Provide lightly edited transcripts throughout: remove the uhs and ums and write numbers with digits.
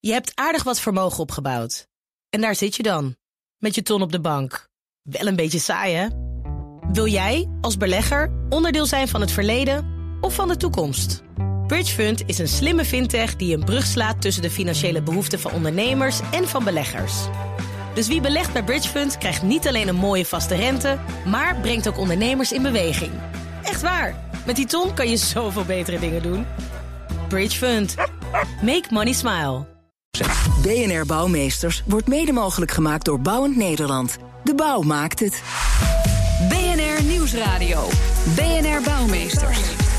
Je hebt aardig wat vermogen opgebouwd. En daar zit je dan, met je ton op de bank. Wel een beetje saai, hè? Wil jij, als belegger, onderdeel zijn van het verleden of van de toekomst? Bridgefund is een slimme fintech die een brug slaat tussen de financiële behoeften van ondernemers en van beleggers. Dus wie belegt bij Bridgefund krijgt niet alleen een mooie vaste rente, maar brengt ook ondernemers in beweging. Echt waar, met die ton kan je zoveel betere dingen doen. Bridgefund. Make money smile. BNR Bouwmeesters wordt mede mogelijk gemaakt door Bouwend Nederland. De bouw maakt het. BNR Nieuwsradio. BNR Bouwmeesters.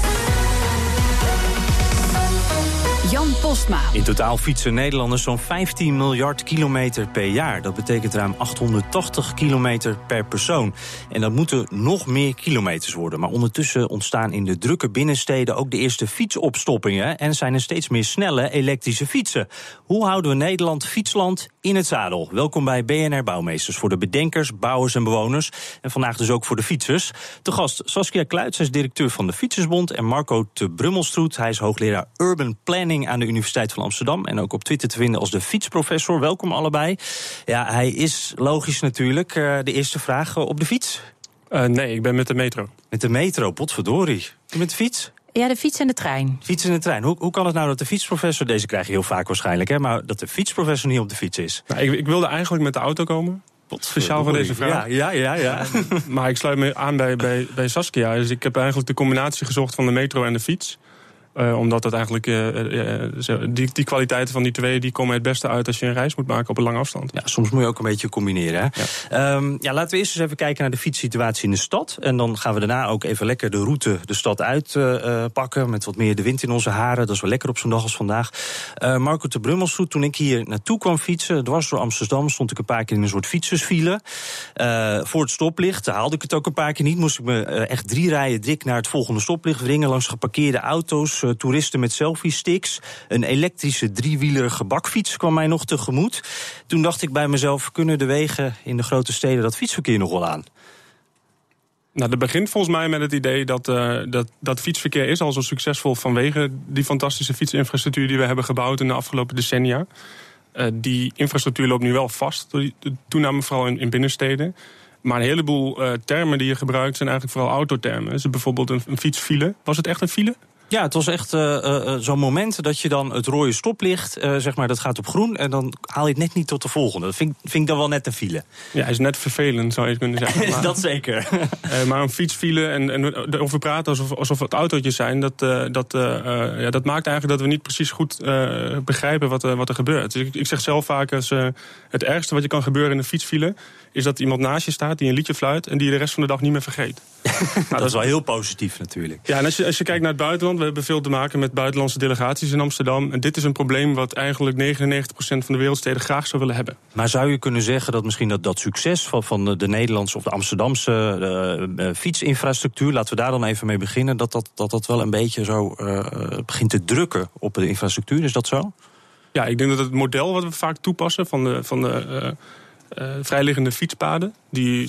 Jan Postma. In totaal fietsen Nederlanders zo'n 15 miljard kilometer per jaar. Dat betekent ruim 880 kilometer per persoon. En dat moeten nog meer kilometers worden. Maar ondertussen ontstaan in de drukke binnensteden ook de eerste fietsopstoppingen. En zijn er steeds meer snelle elektrische fietsen. Hoe houden we Nederland fietsland in het zadel? Welkom bij BNR Bouwmeesters. Voor de bedenkers, bouwers en bewoners. En vandaag dus ook voor de fietsers. Te gast Saskia Kluits, hij is directeur van de Fietsersbond. En Marco te Brummelstroet, hij is hoogleraar Urban Planning aan de Universiteit van Amsterdam. En ook op Twitter te vinden als de fietsprofessor. Welkom allebei. Ja, hij is logisch natuurlijk. De eerste vraag, op de fiets? Nee, ik ben met de metro. Met de metro, potverdorie. Met de fiets? Ja, de fiets en de trein. Fiets en de trein. Hoe kan het nou dat de fietsprofessor, deze krijg je heel vaak waarschijnlijk, hè, maar dat de fietsprofessor niet op de fiets is? Nou, ik wilde eigenlijk met de auto komen. Speciaal voor deze vraag. Ja. Maar ik sluit me aan bij Saskia. Dus ik heb eigenlijk de combinatie gezocht van de metro en de fiets. Omdat dat eigenlijk die kwaliteiten van die twee die komen het beste uit als je een reis moet maken op een lange afstand. Ja, soms moet je ook een beetje combineren. Hè? Ja. Laten we eerst eens even kijken naar de fietssituatie in de stad. En dan gaan we daarna ook even lekker de route de stad uitpakken. Met wat meer de wind in onze haren. Dat is wel lekker op zo'n dag als vandaag. Marco te Brummelstroet, toen ik hier naartoe kwam fietsen, dwars door Amsterdam, stond ik een paar keer in een soort fietsersfile. Voor het stoplicht haalde ik het ook een paar keer niet. Moest ik me echt 3 rijen dik naar het volgende stoplicht wringen langs geparkeerde auto's. Toeristen met selfie-sticks. Een elektrische 3-wielerige bakfiets kwam mij nog tegemoet. Toen dacht ik bij mezelf, kunnen de wegen in de grote steden dat fietsverkeer nog wel aan? Nou, dat begint volgens mij met het idee dat fietsverkeer is al zo succesvol vanwege die fantastische fietsinfrastructuur die we hebben gebouwd in de afgelopen decennia. Die infrastructuur loopt nu wel vast door de toename vooral in binnensteden. Maar een heleboel termen die je gebruikt zijn eigenlijk vooral autotermen. Dus bijvoorbeeld een fietsfile. Was het echt een file? Ja, het was echt zo'n moment dat je dan het rode stoplicht, zeg maar, dat gaat op groen. En dan haal je het net niet tot de volgende. Dat vind ik dan wel net een file. Ja, hij is net vervelend, zou je kunnen zeggen. Maar, dat zeker. Maar een fietsfile en over praten alsof het autootjes zijn, dat maakt eigenlijk dat we niet precies goed begrijpen wat er gebeurt. Dus ik zeg zelf vaak, het ergste wat je kan gebeuren in een fietsfile is dat iemand naast je staat die een liedje fluit en die je de rest van de dag niet meer vergeet. Dat is wel heel positief natuurlijk. Ja, en als je kijkt naar het buitenland, we hebben veel te maken met buitenlandse delegaties in Amsterdam. En dit is een probleem wat eigenlijk 99% van de wereldsteden graag zou willen hebben. Maar zou je kunnen zeggen dat misschien dat succes van de Nederlandse of de Amsterdamse fietsinfrastructuur, laten we daar dan even mee beginnen, dat wel een beetje zo begint te drukken op de infrastructuur? Is dat zo? Ja, ik denk dat het model wat we vaak toepassen van de vrijliggende fietspaden, die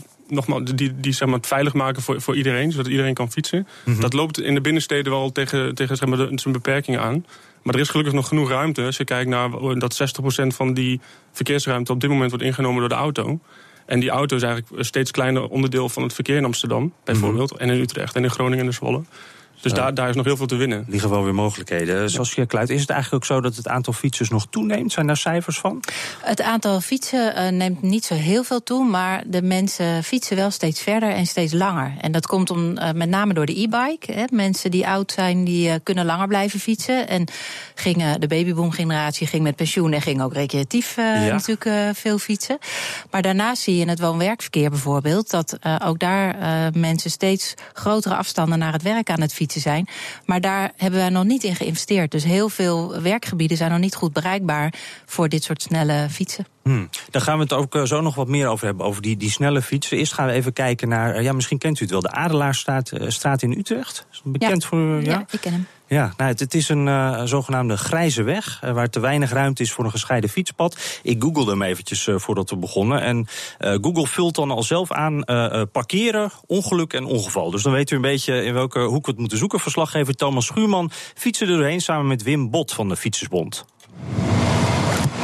zeg maar, het veilig maken voor iedereen, zodat iedereen kan fietsen. Mm-hmm. Dat loopt in de binnensteden wel tegen zeg maar, zijn beperkingen aan. Maar er is gelukkig nog genoeg ruimte. Als je kijkt naar dat 60% van die verkeersruimte op dit moment wordt ingenomen door de auto. En die auto is eigenlijk een steeds kleiner onderdeel van het verkeer in Amsterdam, bijvoorbeeld. Mm-hmm. En in Utrecht en in Groningen en in Zwolle. Dus daar is nog heel veel te winnen. Liggen wel weer mogelijkheden. Saskia Kluit, is het eigenlijk ook zo dat het aantal fietsers nog toeneemt? Zijn daar cijfers van? Het aantal fietsen neemt niet zo heel veel toe, maar de mensen fietsen wel steeds verder en steeds langer. En dat komt met name door de e-bike. Mensen die oud zijn, die kunnen langer blijven fietsen. En de babyboom-generatie ging met pensioen en ging ook recreatief natuurlijk veel fietsen. Maar daarnaast zie je in het woon-werkverkeer bijvoorbeeld dat ook daar mensen steeds grotere afstanden naar het werk aan het fietsen zijn. Maar daar hebben wij nog niet in geïnvesteerd. Dus heel veel werkgebieden zijn nog niet goed bereikbaar voor dit soort snelle fietsen. Daar gaan we het ook zo nog wat meer over hebben, over die snelle fietsen. Eerst gaan we even kijken naar, misschien kent u het wel, de Adelaarsstraat in Utrecht. Is dat bekend voor u? Ja, ik ken hem. Ja, het is een zogenaamde grijze weg, waar te weinig ruimte is voor een gescheiden fietspad. Ik googelde hem eventjes voordat we begonnen. En Google vult dan al zelf aan parkeren, ongeluk en ongeval. Dus dan weet u een beetje in welke hoek we het moeten zoeken. Verslaggever Thomas Schuurman fietste er doorheen samen met Wim Bot van de Fietsersbond.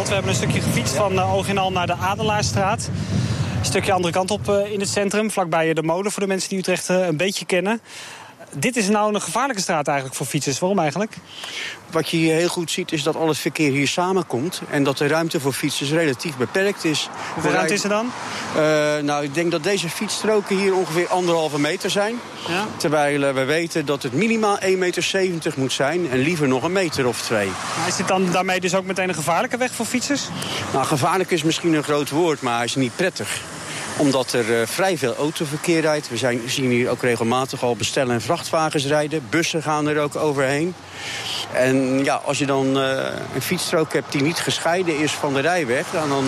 Veld. We hebben een stukje gefietst van Oog in Al naar de Adelaarstraat. Een stukje andere kant op in het centrum, vlakbij de molen voor de mensen die Utrecht een beetje kennen. Dit is nou een gevaarlijke straat eigenlijk voor fietsers. Waarom eigenlijk? Wat je hier heel goed ziet is dat al het verkeer hier samenkomt. En dat de ruimte voor fietsers relatief beperkt is. Hoeveel ruimte is er dan? Nou, ik denk dat deze fietsstroken hier ongeveer 1,5 meter zijn. Ja? Terwijl we weten dat het minimaal 1,70 meter moet zijn. En liever nog 1 meter of 2. Maar is dit dan daarmee dus ook meteen een gevaarlijke weg voor fietsers? Nou, gevaarlijk is misschien een groot woord, maar hij is niet prettig. Omdat er vrij veel autoverkeer rijdt. We zien hier ook regelmatig al bestellen- en vrachtwagens rijden. Bussen gaan er ook overheen. En ja, als je dan een fietsstrook hebt die niet gescheiden is van de rijweg,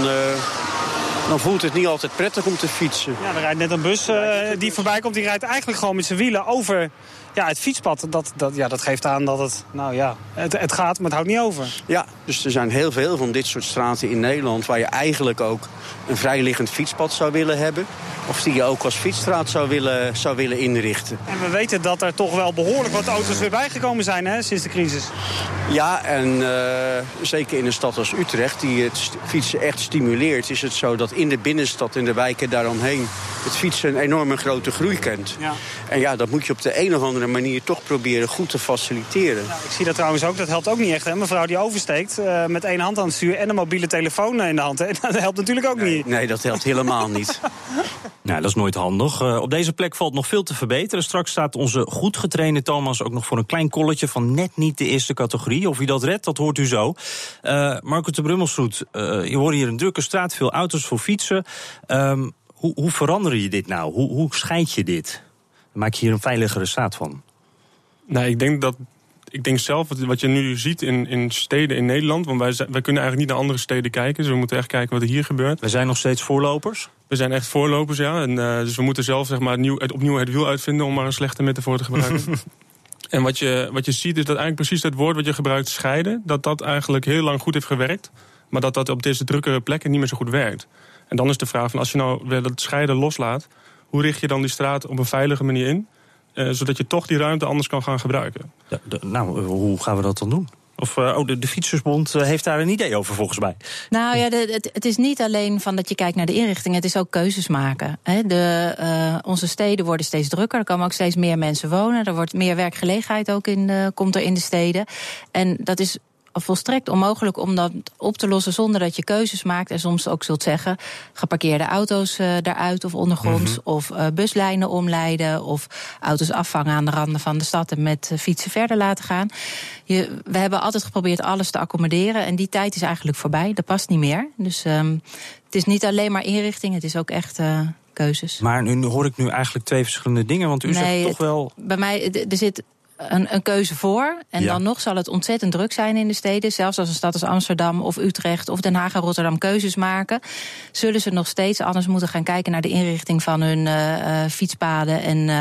dan voelt het niet altijd prettig om te fietsen. Ja, er rijdt net een bus die voorbij komt. Die rijdt eigenlijk gewoon met zijn wielen over het fietspad. Dat geeft aan dat het gaat, maar het houdt niet over. Ja, dus er zijn heel veel van dit soort straten in Nederland waar je eigenlijk ook een vrijliggend fietspad zou willen hebben. Of die je ook als fietsstraat zou willen inrichten. En we weten dat er toch wel behoorlijk wat auto's weer bijgekomen zijn, hè, sinds de crisis. Ja, en zeker in een stad als Utrecht, die het fietsen echt stimuleert, is het zo dat in de binnenstad en de wijken daaromheen het fietsen een enorme grote groei kent. Ja. En ja, dat moet je op de een of andere manier toch proberen goed te faciliteren. Ja, ik zie dat trouwens ook, dat helpt ook niet echt. Hè? Een mevrouw die oversteekt met 1 hand aan het stuur en een mobiele telefoon in de hand. Hè? Dat helpt natuurlijk ook niet. Nee, dat helpt helemaal niet. Nou, dat is nooit handig. Op deze plek valt nog veel te verbeteren. Straks staat onze goed getrainde Thomas ook nog voor een klein kolletje van net niet de eerste categorie. Of hij dat redt, dat hoort u zo. Marco te Brummelshoed, je hoort hier een drukke straat, veel auto's voor fietsen. Hoe verander je dit nou? Hoe scheid je dit? Maak je hier een veiligere straat van? Nou, ik denk zelf, wat je nu ziet in steden in Nederland, want wij kunnen eigenlijk niet naar andere steden kijken, dus we moeten echt kijken wat er hier gebeurt. We zijn nog steeds voorlopers? We zijn echt voorlopers, ja. En, dus we moeten zelf opnieuw het wiel uitvinden, om maar een slechte metafoor te gebruiken. En wat je ziet is dat eigenlijk precies dat woord wat je gebruikt, scheiden, dat eigenlijk heel lang goed heeft gewerkt, maar dat op deze drukkere plekken niet meer zo goed werkt. En dan is de vraag van, als je nou weer dat scheiden loslaat, hoe richt je dan die straat op een veilige manier in? Zodat je toch die ruimte anders kan gaan gebruiken. Ja, hoe gaan we dat dan doen? Of de Fietsersbond heeft daar een idee over, volgens mij. Nou ja, het is niet alleen van dat je kijkt naar de inrichting. Het is ook keuzes maken. Onze steden worden steeds drukker. Er komen ook steeds meer mensen wonen. Er wordt meer werkgelegenheid ook komt er in de steden. En dat is volstrekt onmogelijk om dat op te lossen zonder dat je keuzes maakt. En soms ook zult zeggen, geparkeerde auto's daaruit of ondergronds. Of buslijnen omleiden. Of auto's afvangen aan de randen van de stad en met fietsen verder laten gaan. We hebben altijd geprobeerd alles te accommoderen. En die tijd is eigenlijk voorbij. Dat past niet meer. Dus het is niet alleen maar inrichting. Het is ook echt keuzes. Maar nu hoor ik eigenlijk 2 verschillende dingen. Want u zegt toch wel... Bij mij, er zit een keuze voor. En dan nog zal het ontzettend druk zijn in de steden. Zelfs als een stad als Amsterdam of Utrecht of Den Haag en Rotterdam keuzes maken, zullen ze nog steeds anders moeten gaan kijken naar de inrichting van hun fietspaden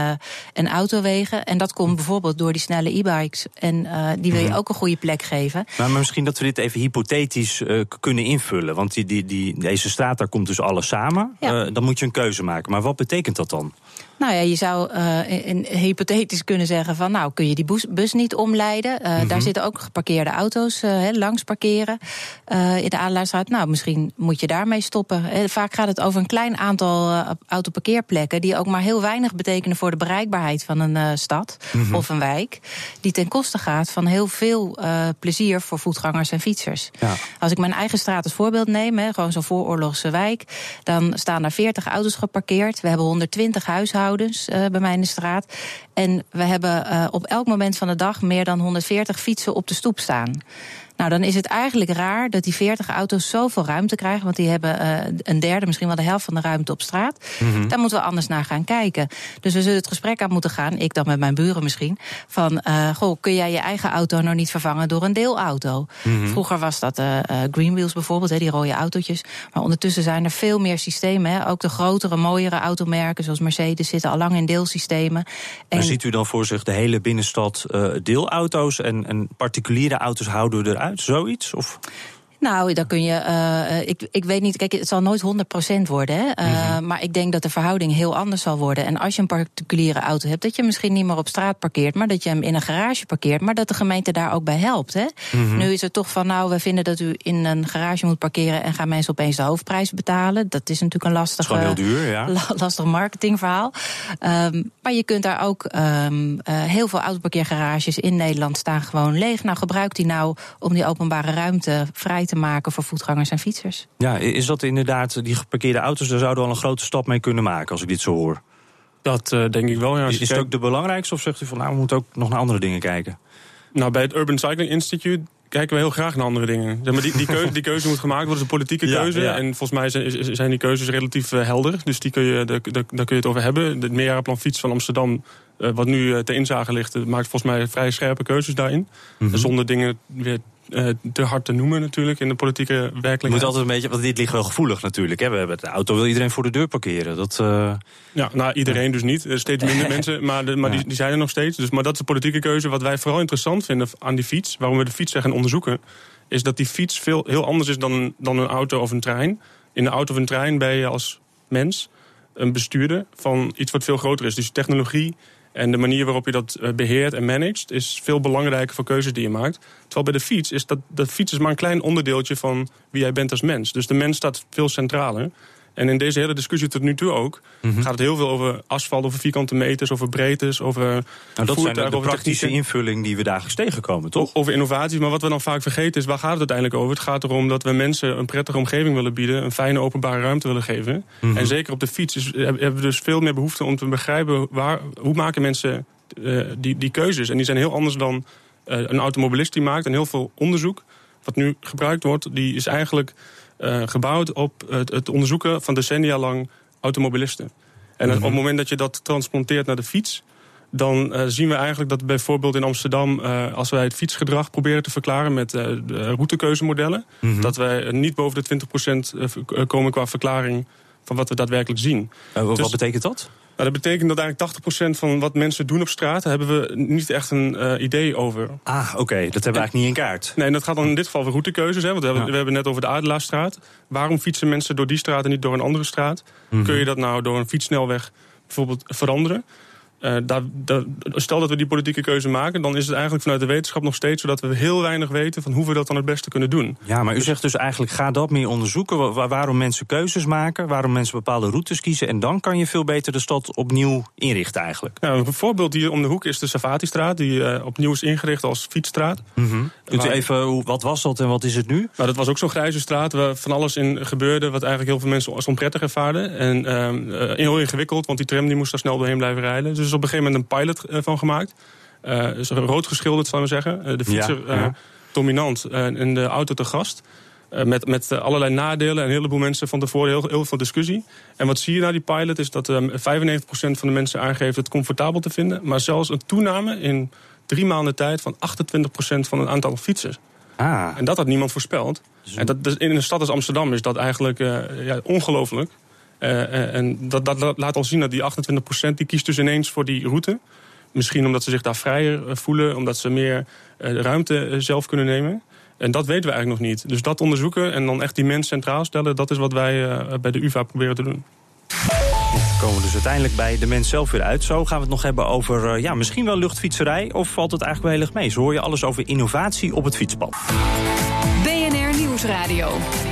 en autowegen. En dat komt bijvoorbeeld door die snelle e-bikes. En die wil je ook een goede plek geven. Maar misschien dat we dit even hypothetisch kunnen invullen. Want deze straat, daar komt dus alles samen. Ja. Dan moet je een keuze maken. Maar wat betekent dat dan? Nou ja, je zou hypothetisch kunnen zeggen van, nou, kun je die bus niet omleiden? Daar zitten ook geparkeerde auto's langs parkeren in de Adelaarstraat. Nou, misschien moet je daarmee stoppen. Vaak gaat het over een klein aantal autoparkeerplekken die ook maar heel weinig betekenen voor de bereikbaarheid van een stad of een wijk, die ten koste gaat van heel veel plezier voor voetgangers en fietsers. Ja. Als ik mijn eigen straat als voorbeeld neem, gewoon zo'n vooroorlogse wijk, dan staan daar 40 auto's geparkeerd. We hebben 120 huishoudens bij mij in de straat. En we hebben op elk moment van de dag meer dan 140 fietsen op de stoep staan. Nou, dan is het eigenlijk raar dat die 40 auto's zoveel ruimte krijgen, want die hebben een derde, misschien wel de helft van de ruimte op straat. Daar moeten we anders naar gaan kijken. Dus we zullen het gesprek aan moeten gaan, ik dan met mijn buren misschien, van, kun jij je eigen auto nou niet vervangen door een deelauto? Vroeger was dat Greenwheels bijvoorbeeld, die rode autootjes. Maar ondertussen zijn er veel meer systemen. Ook de grotere, mooiere automerken, zoals Mercedes, zitten al lang in deelsystemen. Maar ziet u dan voor zich de hele binnenstad deelauto's en particuliere auto's houden we eruit? Zoiets? Of? Nou, daar kun je. Ik weet niet. Kijk, het zal nooit 100% worden. Hè? Maar ik denk dat de verhouding heel anders zal worden. En als je een particuliere auto hebt, dat je misschien niet meer op straat parkeert, maar dat je hem in een garage parkeert, maar dat de gemeente daar ook bij helpt. Hè? Nu is het toch van, nou, we vinden dat u in een garage moet parkeren en gaan mensen opeens de hoofdprijs betalen. Dat is natuurlijk een lastig, gewoon heel duur, ja. lastig marketingverhaal. Maar je kunt daar ook heel veel autoparkeergarages in Nederland staan gewoon leeg. Nou, gebruik die nou om die openbare ruimte vrij te maken voor voetgangers en fietsers. Ja, is dat inderdaad, die geparkeerde auto's, daar zouden we al een grote stap mee kunnen maken, als ik dit zo hoor? Dat denk ik wel, ja. Is het ook de belangrijkste, of zegt u van, nou, we moeten ook nog naar andere dingen kijken? Nou, bij het Urban Cycling Institute kijken we heel graag naar andere dingen. Zeg maar, die keuze moet gemaakt worden, is een politieke keuze. Ja. En volgens mij zijn die keuzes relatief helder. Dus daar kun je het over hebben. Het meerjarenplan fiets van Amsterdam, wat nu ter inzage ligt, maakt volgens mij vrij scherpe keuzes daarin. Zonder dingen weer te hard te noemen natuurlijk in de politieke werkelijkheid. Je moet altijd een beetje, want dit ligt wel gevoelig natuurlijk. Hè? We hebben de auto, wil iedereen voor de deur parkeren. Dat, Ja, nou, iedereen dus niet. Steeds minder mensen, maar die zijn er nog steeds. Dus, maar dat is de politieke keuze. Wat wij vooral interessant vinden aan die fiets, waarom we de fiets gaan onderzoeken, is dat die fiets heel anders is dan een auto of een trein. In de auto of een trein ben je als mens een bestuurder van iets wat veel groter is. Dus technologie en de manier waarop je dat beheert en managt is veel belangrijker voor keuzes die je maakt. Terwijl bij de fiets is dat fiets is maar een klein onderdeeltje van wie jij bent als mens. Dus de mens staat veel centraler. En in deze hele discussie tot nu toe ook gaat het heel veel over asfalt, over vierkante meters, over breedtes, over dat zijn de praktische invulling die we dagelijks tegenkomen, toch? Over innovaties, maar wat we dan vaak vergeten is, waar gaat het uiteindelijk over? Het gaat erom dat we mensen een prettige omgeving willen bieden, een fijne openbare ruimte willen geven. En zeker op de fiets hebben we dus veel meer behoefte om te begrijpen hoe maken mensen die keuzes. En die zijn heel anders dan een automobilist die maakt. En heel veel onderzoek wat nu gebruikt wordt, die is eigenlijk gebouwd op het onderzoeken van decennia lang automobilisten. En op het moment dat je dat transplanteert naar de fiets, dan zien we eigenlijk dat bijvoorbeeld in Amsterdam, als wij het fietsgedrag proberen te verklaren met routekeuzemodellen, dat wij niet boven de 20% komen qua verklaring van wat we daadwerkelijk zien. Wat betekent dat? Nou, dat betekent dat eigenlijk 80% van wat mensen doen op straat, daar hebben we niet echt een idee over. Oké, dat hebben we eigenlijk niet in kaart. Nee, en dat gaat dan in dit geval over routekeuzes. Hè, want we hebben net over de Adelaarstraat. Waarom fietsen mensen door die straat en niet door een andere straat? Kun je dat nou door een fietssnelweg bijvoorbeeld veranderen? Stel dat we die politieke keuze maken, dan is het eigenlijk vanuit de wetenschap nog steeds zo dat we heel weinig weten van hoe we dat dan het beste kunnen doen. Ja, maar u zegt dus eigenlijk, ga dat meer onderzoeken. Waarom mensen keuzes maken, waarom mensen bepaalde routes kiezen. En dan kan je veel beter de stad opnieuw inrichten eigenlijk. Nou, een voorbeeld hier om de hoek is de Savatistraat, die opnieuw is ingericht als fietsstraat. Kunt u even, wat was dat en wat is het nu? Nou, dat was ook zo'n grijze straat waar van alles in gebeurde wat eigenlijk heel veel mensen als onprettig ervaarden. En heel ingewikkeld, want die tram die moest daar snel doorheen blijven rijden. Dus op een gegeven moment een pilot van gemaakt. Dus rood geschilderd, zal ik maar zeggen. De fietser dominant en de auto te gast. Met allerlei nadelen en een heleboel mensen van tevoren heel veel discussie. En wat zie je na die pilot is dat 95% van de mensen aangeeft het comfortabel te vinden. Maar zelfs een toename in 3 maanden tijd van 28% van het aantal fietsers. En dat had niemand voorspeld. En in een stad als Amsterdam is dat eigenlijk ongelooflijk. En dat laat al zien dat die 28% die kiest dus ineens voor die route. Misschien omdat ze zich daar vrijer voelen, omdat ze meer ruimte zelf kunnen nemen. En dat weten we eigenlijk nog niet. Dus dat onderzoeken en dan echt die mens centraal stellen, dat is wat wij bij de UvA proberen te doen. Dan komen we dus uiteindelijk bij de mens zelf weer uit. Zo gaan we het nog hebben over misschien wel luchtfietserij, of valt het eigenlijk wel heel erg mee? Zo hoor je alles over innovatie op het fietspad. BNR Nieuwsradio.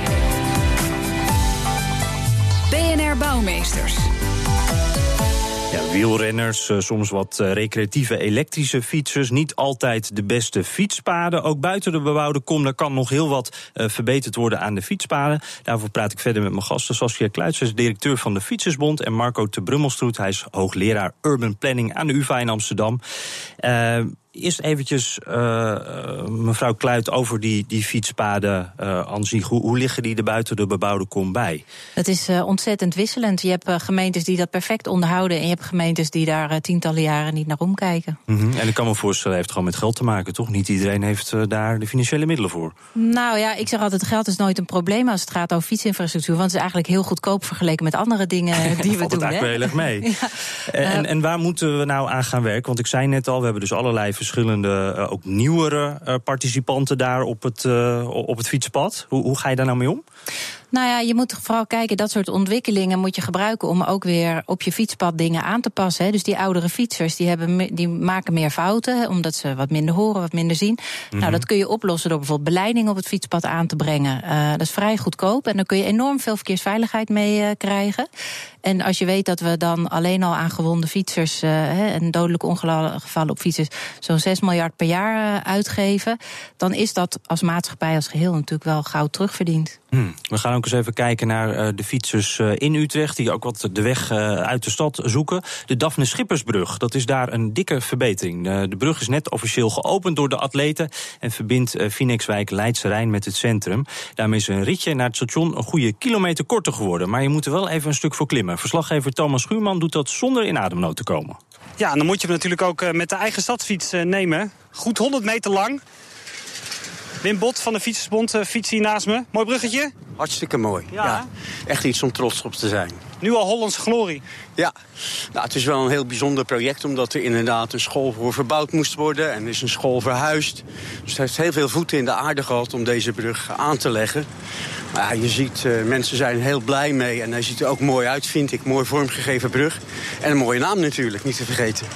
BNR Bouwmeesters. Ja, wielrenners, soms wat recreatieve elektrische fietsers. Niet altijd de beste fietspaden. Ook buiten de bebouwde kom, daar kan nog heel wat verbeterd worden aan de fietspaden. Daarvoor praat ik verder met mijn gasten. Saskia Kluits is directeur van de Fietsersbond. En Marco te Brummelstroet, hij is hoogleraar Urban Planning aan de UvA in Amsterdam. Eerst eventjes, mevrouw Kluit, over die fietspaden aan zich. Hoe liggen die er buiten de bebouwde kom bij? Het is ontzettend wisselend. Je hebt gemeentes die dat perfect onderhouden en je hebt gemeentes gemeentes die daar tientallen jaren niet naar omkijken. Mm-hmm. En ik kan me voorstellen, het heeft gewoon met geld te maken, toch? Niet iedereen heeft daar de financiële middelen voor. Nou ja, ik zeg altijd, geld is nooit een probleem als het gaat over fietsinfrastructuur. Want het is eigenlijk heel goedkoop vergeleken met andere dingen die we doen. Valt het eigenlijk heel erg mee. Ja. En waar moeten we nou aan gaan werken? Want ik zei net al, we hebben dus allerlei verschillende, ook nieuwere participanten daar op het fietspad. Hoe ga je daar nou mee om? Nou ja, je moet vooral kijken, dat soort ontwikkelingen moet je gebruiken om ook weer op je fietspad dingen aan te passen. Hè. Dus die oudere fietsers, die maken meer fouten, omdat ze wat minder horen, wat minder zien. Mm-hmm. Nou, dat kun je oplossen door bijvoorbeeld beleiding op het fietspad aan te brengen. Dat is vrij goedkoop en dan kun je enorm veel verkeersveiligheid mee krijgen. En als je weet dat we dan alleen al aan gewonde fietsers en dodelijke ongevallen op fietsers zo'n 6 miljard per jaar uitgeven, dan is dat als maatschappij als geheel natuurlijk wel gauw terugverdiend. We gaan ook eens even kijken naar de fietsers in Utrecht, die ook wat de weg uit de stad zoeken. De Daphne Schippersbrug, dat is daar een dikke verbetering. De brug is net officieel geopend door de atleten en verbindt Vinex-wijk Leidse Rijn met het centrum. Daarmee is een ritje naar het station een goede kilometer korter geworden. Maar je moet er wel even een stuk voor klimmen. Verslaggever Thomas Schuurman doet dat zonder in ademnood te komen. Ja, en dan moet je hem natuurlijk ook met de eigen stadsfiets nemen. Goed 100 meter lang. Wim Bot van de Fietsersbond fiets hier naast me. Mooi bruggetje. Hartstikke mooi. Ja. Echt iets om trots op te zijn. Nu al Hollandse glorie. Ja, nou, het is wel een heel bijzonder project, omdat er inderdaad een school voor verbouwd moest worden en er is een school verhuisd. Dus het heeft heel veel voeten in de aarde gehad om deze brug aan te leggen. Maar ja, je ziet, mensen zijn heel blij mee en hij ziet er ook mooi uit, vind ik. Mooi vormgegeven brug. En een mooie naam natuurlijk, niet te vergeten.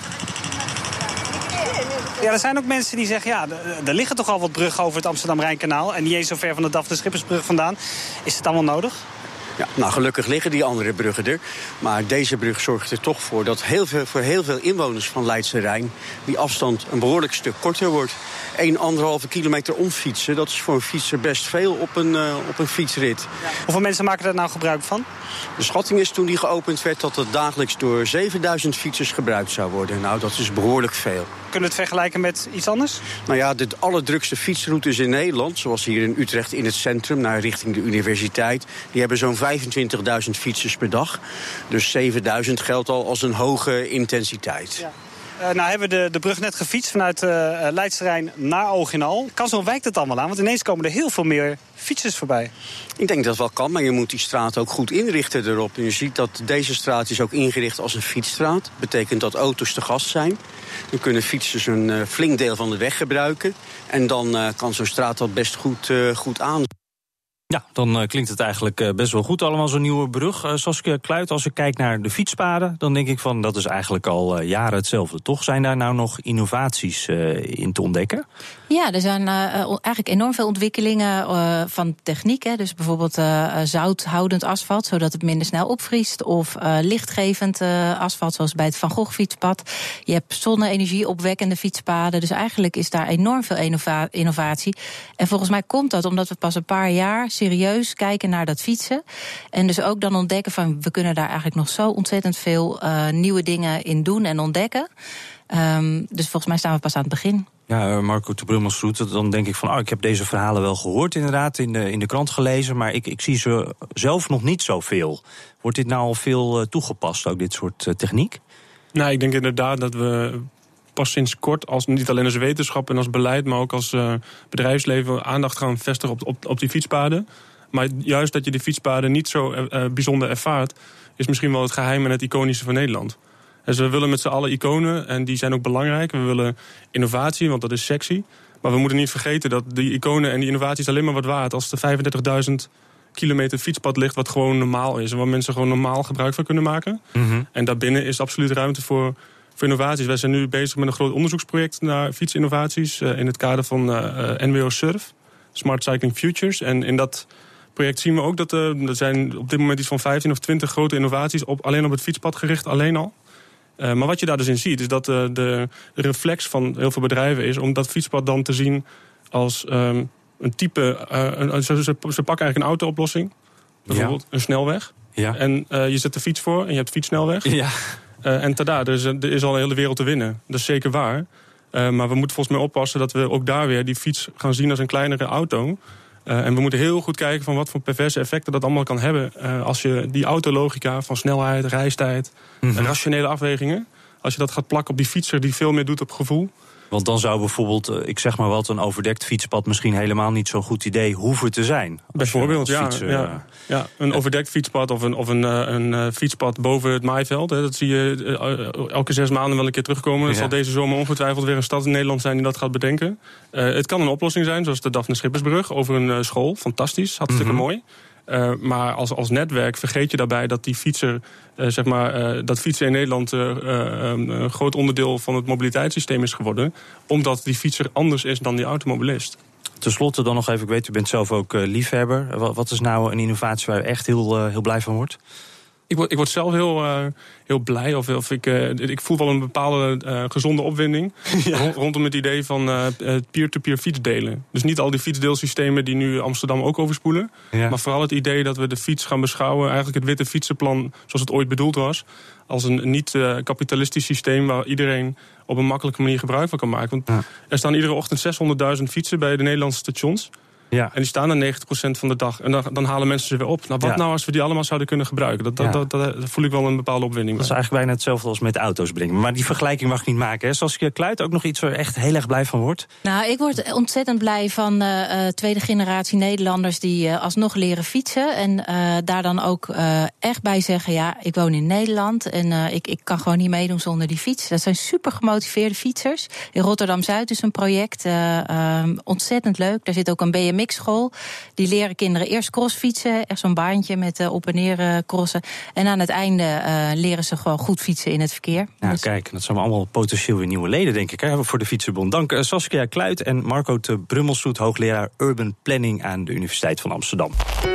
Ja, er zijn ook mensen die zeggen, ja, er liggen toch al wat bruggen over het Amsterdam-Rijnkanaal en niet eens zo ver van de Daphne Schippersbrug vandaan. Is het allemaal nodig? Ja, nou, gelukkig liggen die andere bruggen er. Maar deze brug zorgt er toch voor dat voor heel veel inwoners van Leidse Rijn die afstand een behoorlijk stuk korter wordt. 1,5 kilometer omfietsen, dat is voor een fietser best veel op een fietsrit. Ja. Hoeveel mensen maken daar nou gebruik van? De schatting is toen die geopend werd dat het dagelijks door 7000 fietsers gebruikt zou worden. Nou, dat is behoorlijk veel. Kunnen we het vergelijken met iets anders? Nou ja, de allerdrukste fietsroutes in Nederland, zoals hier in Utrecht in het centrum, naar richting de universiteit, die hebben zo'n 25.000 fietsers per dag. Dus 7.000 geldt al als een hoge intensiteit. Ja. Nou hebben we de brug net gefietst vanuit Leidse Rijn naar Oog-in-Al. Kan zo'n wijk dat allemaal aan? Want ineens komen er heel veel meer fietsers voorbij. Ik denk dat wel kan, maar je moet die straat ook goed inrichten erop. En je ziet dat deze straat is ook ingericht als een fietsstraat. Dat betekent dat auto's te gast zijn. Dan kunnen fietsers een flink deel van de weg gebruiken. En dan kan zo'n straat dat best goed aan. Ja, dan klinkt het eigenlijk best wel goed allemaal, zo'n nieuwe brug. Saskia Kluit, als ik kijk naar de fietspaden, dan denk ik van dat is eigenlijk al jaren hetzelfde, toch? Zijn daar nou nog innovaties in te ontdekken? Ja, er zijn eigenlijk enorm veel ontwikkelingen van techniek. Hè. Dus bijvoorbeeld zouthoudend asfalt, zodat het minder snel opvriest. Of lichtgevend asfalt, zoals bij het Van Gogh fietspad. Je hebt zonne-energie opwekkende fietspaden. Dus eigenlijk is daar enorm veel innovatie. En volgens mij komt dat omdat we pas een paar jaar serieus kijken naar dat fietsen. En dus ook dan ontdekken van we kunnen daar eigenlijk nog zo ontzettend veel nieuwe dingen in doen en ontdekken. Dus volgens mij staan we pas aan het begin. Ja, Marco de Brummelsroet, dan denk ik van ik heb deze verhalen wel gehoord inderdaad, in de krant gelezen, maar ik zie ze zelf nog niet zoveel. Wordt dit nou al veel toegepast, ook dit soort techniek? Nou, ik denk inderdaad dat we pas sinds kort, niet alleen als wetenschap en als beleid, maar ook als bedrijfsleven aandacht gaan vestigen op die fietspaden. Maar juist dat je die fietspaden niet zo bijzonder ervaart, is misschien wel het geheim en het iconische van Nederland. Dus we willen met z'n allen iconen en die zijn ook belangrijk. We willen innovatie, want dat is sexy. Maar we moeten niet vergeten dat die iconen en die innovaties alleen maar wat waard als er 35.000 kilometer fietspad ligt wat gewoon normaal is. En waar mensen gewoon normaal gebruik van kunnen maken. Mm-hmm. En daarbinnen is absoluut ruimte voor innovaties. Wij zijn nu bezig met een groot onderzoeksproject naar fietsinnovaties in het kader van NWO Surf, Smart Cycling Futures. En in dat project zien we ook dat er zijn op dit moment iets van 15 of 20 grote innovaties alleen op het fietspad gericht, alleen al. Maar wat je daar dus in ziet, is dat de reflex van heel veel bedrijven is om dat fietspad dan te zien als een type. Ze pakken eigenlijk een auto-oplossing, bijvoorbeeld een snelweg. Ja. En je zet de fiets voor en je hebt fietssnelweg. Ja. En tada, er is al een hele wereld te winnen. Dat is zeker waar. Maar we moeten volgens mij oppassen dat we ook daar weer die fiets gaan zien als een kleinere auto. En we moeten heel goed kijken van wat voor perverse effecten dat allemaal kan hebben. Als je die autologica van snelheid, reistijd, rationele afwegingen, als je dat gaat plakken op die fietser die veel meer doet op gevoel. Want dan zou bijvoorbeeld, ik zeg maar wat, een overdekt fietspad misschien helemaal niet zo'n goed idee hoeven te zijn. Bijvoorbeeld, ja. Een overdekt fietspad of een fietspad boven het maaiveld. Hè, dat zie je elke 6 maanden wel een keer terugkomen. Er zal deze zomer ongetwijfeld weer een stad in Nederland zijn die dat gaat bedenken. Het kan een oplossing zijn, zoals de Daphne Schippersbrug over een school. Fantastisch, hartstikke mooi. Maar als netwerk vergeet je daarbij dat die fietser, dat fietsen in Nederland een groot onderdeel van het mobiliteitssysteem is geworden. Omdat die fietser anders is dan die automobilist. Ten slotte dan nog even, ik weet, u bent zelf ook liefhebber. Wat is nou een innovatie waar u echt heel blij van wordt? Ik word zelf heel blij. Of ik voel wel een bepaalde gezonde opwinding rondom het idee van peer-to-peer fietsdelen. Dus niet al die fietsdeelsystemen die nu Amsterdam ook overspoelen. Ja. Maar vooral het idee dat we de fiets gaan beschouwen, eigenlijk het witte fietsenplan zoals het ooit bedoeld was, als een niet-kapitalistisch systeem waar iedereen op een makkelijke manier gebruik van kan maken. Want er staan iedere ochtend 600.000 fietsen bij de Nederlandse stations. Ja. En die staan er 90% van de dag. En dan halen mensen ze weer op. Nou, wat nou als we die allemaal zouden kunnen gebruiken? Dat voel ik wel een bepaalde opwinding. Dat is eigenlijk bijna hetzelfde als met auto's brengen. Maar die vergelijking mag ik niet maken. Hè? Saskia Kluit, ook nog iets waar echt heel erg blij van wordt? Nou, ik word ontzettend blij van tweede generatie Nederlanders die alsnog leren fietsen. En daar dan ook echt bij zeggen, ja, ik woon in Nederland en ik kan gewoon niet meedoen zonder die fiets. Dat zijn super gemotiveerde fietsers. In Rotterdam-Zuid is een project, ontzettend leuk. Daar zit ook een BMX-school. Die leren kinderen eerst crossfietsen, echt zo'n baantje met op en neer crossen. En aan het einde leren ze gewoon goed fietsen in het verkeer. Nou, dus kijk, dat zijn allemaal potentieel weer nieuwe leden, denk ik, hè, voor de Fietsenbond. Dank Saskia Kluit en Marco te Brummelshoed, hoogleraar Urban Planning aan de Universiteit van Amsterdam.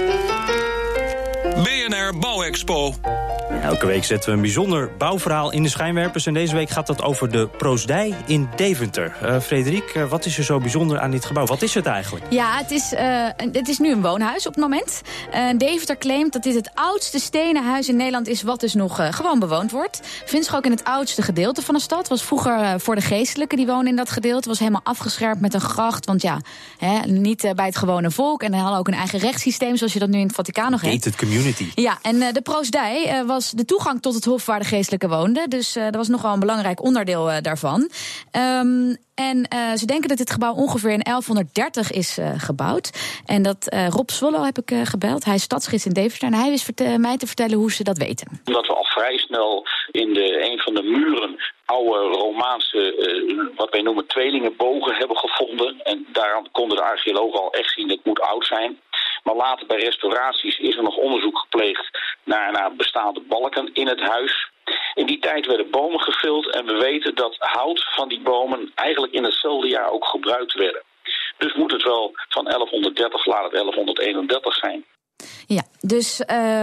BNR Bouwexpo. Elke week zetten we een bijzonder bouwverhaal in de schijnwerpers. En deze week gaat dat over de Proosdij in Deventer. Frederik, wat is er zo bijzonder aan dit gebouw? Wat is het eigenlijk? Ja, het is nu een woonhuis op het moment. Deventer claimt dat dit het oudste stenen huis in Nederland is wat dus nog gewoon bewoond wordt. Vindt zich ook in het oudste gedeelte van de stad. Het was vroeger voor de geestelijken die wonen in dat gedeelte. Het was helemaal afgeschermd met een gracht. Want ja, niet bij het gewone volk. En hij had ook een eigen rechtssysteem zoals je dat nu in het Vaticaan nog hebt. Gated community. Ja, en de Proosdij was de toegang tot het hof waar de geestelijke woonden. Dus dat was nog wel een belangrijk onderdeel daarvan. En ze denken dat dit gebouw ongeveer in 1130 is gebouwd. En dat Rob Swallow heb ik gebeld. Hij is stadsgids in Deventer. En hij wist mij te vertellen hoe ze dat weten. Omdat we al vrij snel in een van de muren oude Romaanse, wat wij noemen tweelingenbogen hebben gevonden. En daaraan konden de archeologen al echt zien dat het moet oud zijn. Maar later bij restauraties is er nog onderzoek gepleegd naar bestaande balken in het huis. In die tijd werden bomen gevild en we weten dat hout van die bomen eigenlijk in hetzelfde jaar ook gebruikt werden. Dus moet het wel van 1130, laat het 1131 zijn. Ja, dus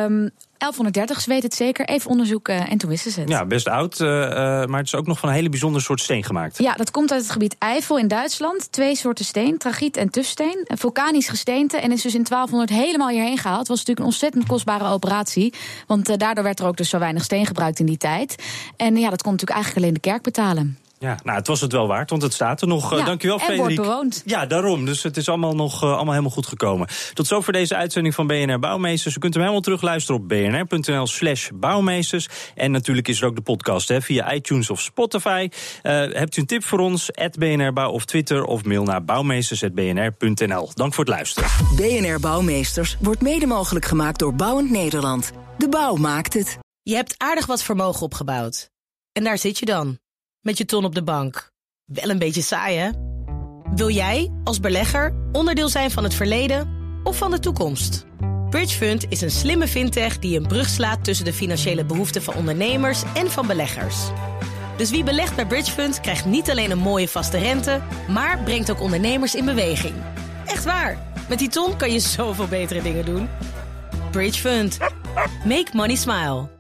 1130, ze weten het zeker. Even onderzoeken en toen wisten ze het. Ja, best oud, maar het is ook nog van een hele bijzondere soort steen gemaakt. Ja, dat komt uit het gebied Eifel in Duitsland. 2 soorten steen, tragiet en tufsteen. Een vulkanisch gesteente en is dus in 1200 helemaal hierheen gehaald. Het was natuurlijk een ontzettend kostbare operatie. Want daardoor werd er ook dus zo weinig steen gebruikt in die tijd. En ja, dat kon natuurlijk eigenlijk alleen de kerk betalen. Ja, nou, het was het wel waard, want het staat er nog. Ja, dankjewel, Frederik. En wordt bewoond. Ja, daarom. Dus het is allemaal helemaal goed gekomen. Tot zover deze uitzending van BNR Bouwmeesters. U kunt hem helemaal terugluisteren op bnr.nl/bouwmeesters. En natuurlijk is er ook de podcast via iTunes of Spotify. Hebt u een tip voor ons? @BNR Bouw of Twitter of mail naar bouwmeesters@bnr.nl. Dank voor het luisteren. BNR Bouwmeesters wordt mede mogelijk gemaakt door Bouwend Nederland. De bouw maakt het. Je hebt aardig wat vermogen opgebouwd. En daar zit je dan. Met je ton op de bank. Wel een beetje saai, hè? Wil jij, als belegger, onderdeel zijn van het verleden of van de toekomst? Bridgefund is een slimme fintech die een brug slaat tussen de financiële behoeften van ondernemers en van beleggers. Dus wie belegt bij Bridgefund krijgt niet alleen een mooie vaste rente, maar brengt ook ondernemers in beweging. Echt waar. Met die ton kan je zoveel betere dingen doen. Bridgefund. Make money smile.